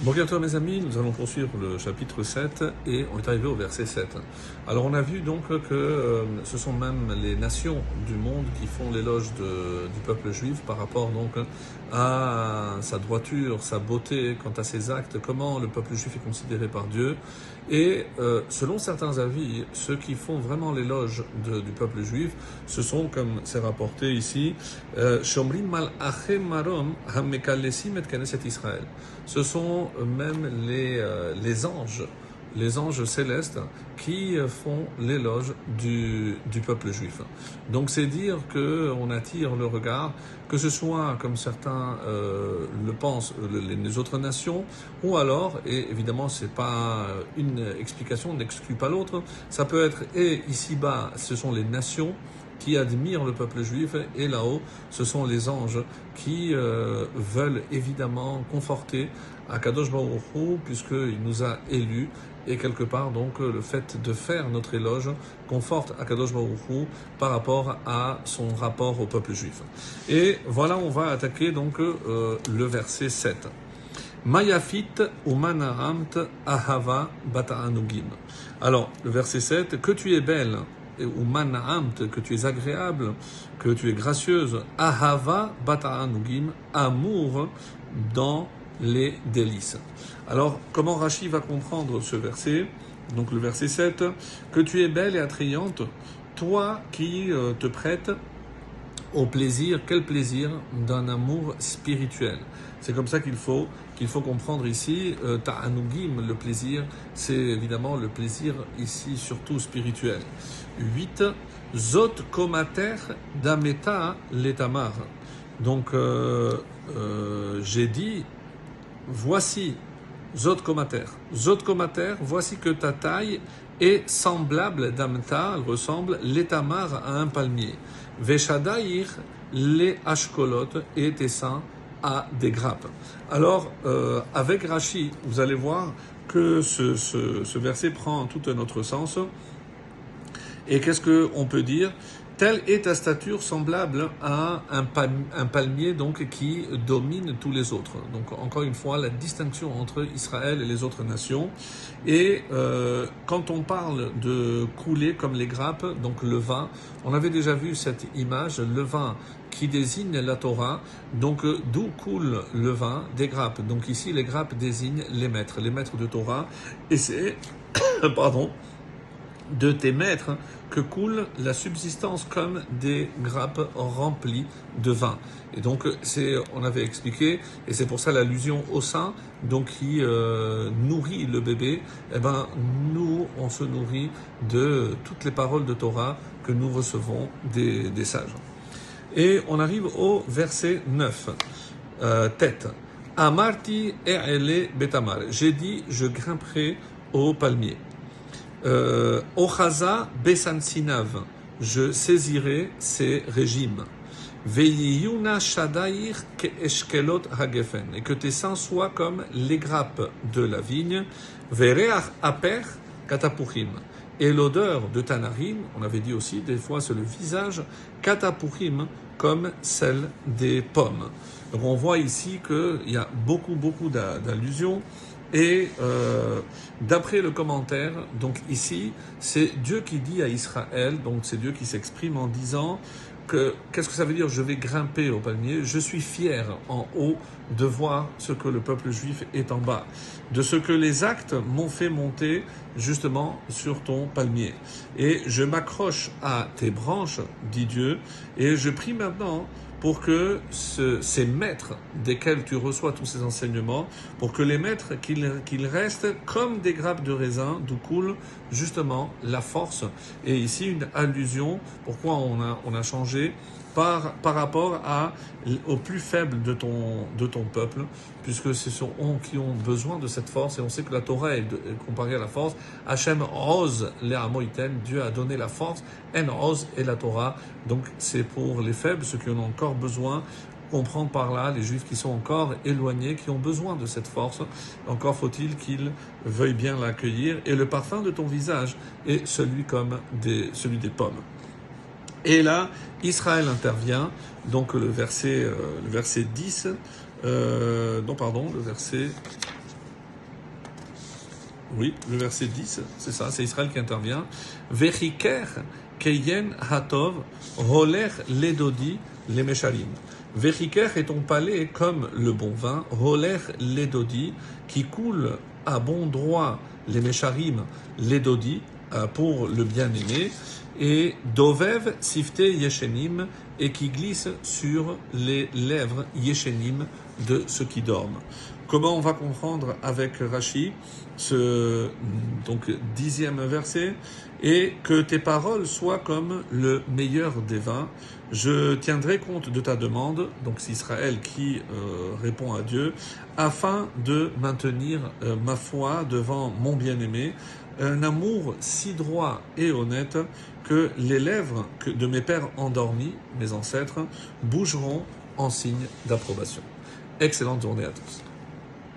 Bonjour à toi mes amis, nous allons poursuivre le chapitre 7 et on est arrivé au verset 7. Alors on a vu donc que ce sont même les nations du monde qui font l'éloge du peuple juif par rapport donc à sa droiture, sa beauté, quant à ses actes, comment le peuple juif est considéré par Dieu. Et selon certains avis, ceux qui font vraiment l'éloge du peuple juif, ce sont, comme c'est rapporté ici, Shomrim Malachem Marom Hamekalesim et Knesset Israël. Ce sont même les anges célestes qui font l'éloge du peuple juif. Donc c'est dire qu'on attire le regard, que ce soit comme certains le pensent, les autres nations, ou alors, et évidemment c'est pas une explication, n'exclut pas l'autre, ça peut être, et ici-bas ce sont les nations qui admirent le peuple juif, et là-haut, ce sont les anges qui veulent évidemment conforter Akadosh Baruch Hu, puisqu'il nous a élus, et quelque part donc le fait de faire notre éloge conforte Akadosh Baruch Hu par rapport à son rapport au peuple juif. Et voilà, on va attaquer donc le verset 7. Mayafit umanahamt ahava bata'anugim. Alors, le verset 7, que tu es belle, ou manahamt, que tu es agréable, que tu es gracieuse, ahava bata'anugim, amour dans les délices. Alors, comment Rashi va comprendre ce verset? Donc le verset 7, que tu es belle et attrayante, toi qui te prêtes au plaisir, quel plaisir d'un amour spirituel. C'est comme ça qu'il faut comprendre ici, ta'anugim, le plaisir, c'est évidemment le plaisir ici surtout spirituel. 8, zot komater dameta letamar. Donc j'ai dit, voici, Zot Komater, voici que ta taille est semblable d'Amta, elle ressemble, l'étamar à un palmier. Veshadaïr, les ashkolot, et tes seins à des grappes. Alors, avec Rashi, vous allez voir que ce verset prend tout un autre sens. Et qu'est-ce qu'on peut dire? Telle est ta stature semblable à un palmier donc qui domine tous les autres. Donc encore une fois, la distinction entre Israël et les autres nations. Et quand on parle de couler comme les grappes, donc le vin, on avait déjà vu cette image, le vin qui désigne la Torah. Donc d'où coule le vin? Des grappes. Donc ici, les grappes désignent les maîtres de Torah. Et c'est, pardon, de tes maîtres que coule la subsistance comme des grappes remplies de vin. Et donc on avait expliqué, et c'est pour ça l'allusion au sein, donc qui nourrit le bébé. Eh ben nous on se nourrit de toutes les paroles de Torah que nous recevons des sages. Et on arrive au verset 9. Tête. Amarti e'ele betamar. J'ai dit, je grimperai au palmier. Ochaza besansinav, je saisirai ses régimes. Veiyuna shadair keeshkelot hagefen, et que tes seins soient comme les grappes de la vigne. Vereach aper katapuchim, et l'odeur de ta narine, on avait dit aussi, des fois c'est le visage, katapuchim, comme celle des pommes. Donc on voit ici qu'il y a beaucoup d'allusions. Et d'après le commentaire, donc ici, c'est Dieu qui dit à Israël, donc c'est Dieu qui s'exprime en disant que, qu'est-ce que ça veut dire? Je vais grimper au palmier, je suis fier en haut de voir ce que le peuple juif est en bas, de ce que les actes m'ont fait monter justement sur ton palmier. Et je m'accroche à tes branches, dit Dieu, et je prie maintenant pour que ces maîtres desquels tu reçois tous ces enseignements, pour que les maîtres, qu'ils restent comme des grappes de raisin, d'où coule justement la force. Et ici, une allusion, pourquoi on a changé par rapport aux plus faibles de ton peuple, puisque ce sont eux qui ont besoin de cette force, et on sait que la Torah est comparée à la force. Hachem Oz Le'amoiten, Dieu a donné la force, En Oz et la Torah, donc c'est pour les faibles, ceux qui en ont encore besoin. Comprendre par là les Juifs qui sont encore éloignés, qui ont besoin de cette force. Encore faut-il qu'ils veuillent bien l'accueillir. Et le parfum de ton visage est celui des pommes. Et là, Israël intervient, donc le verset 10, le verset Oui, le verset 10, c'est ça, c'est Israël qui intervient. Vechiker keyen hatov roler ledodi lemesharim. Vechiker est ton palais comme le bon vin, roler ledodi, qui coule à bon droit les mesharim, ledodi, pour le bien-aimé, et dovev sifte yeshenim, et qui glisse sur les lèvres yeshenim de ceux qui dorment. Comment on va comprendre avec Rashi ce donc 10e verset? Et que tes paroles soient comme le meilleur des vins. Je tiendrai compte de ta demande, donc c'est Israël qui répond à Dieu, afin de maintenir ma foi devant mon bien-aimé, un amour si droit et honnête que les lèvres de mes pères endormis, mes ancêtres, bougeront en signe d'approbation. Excellente journée à tous.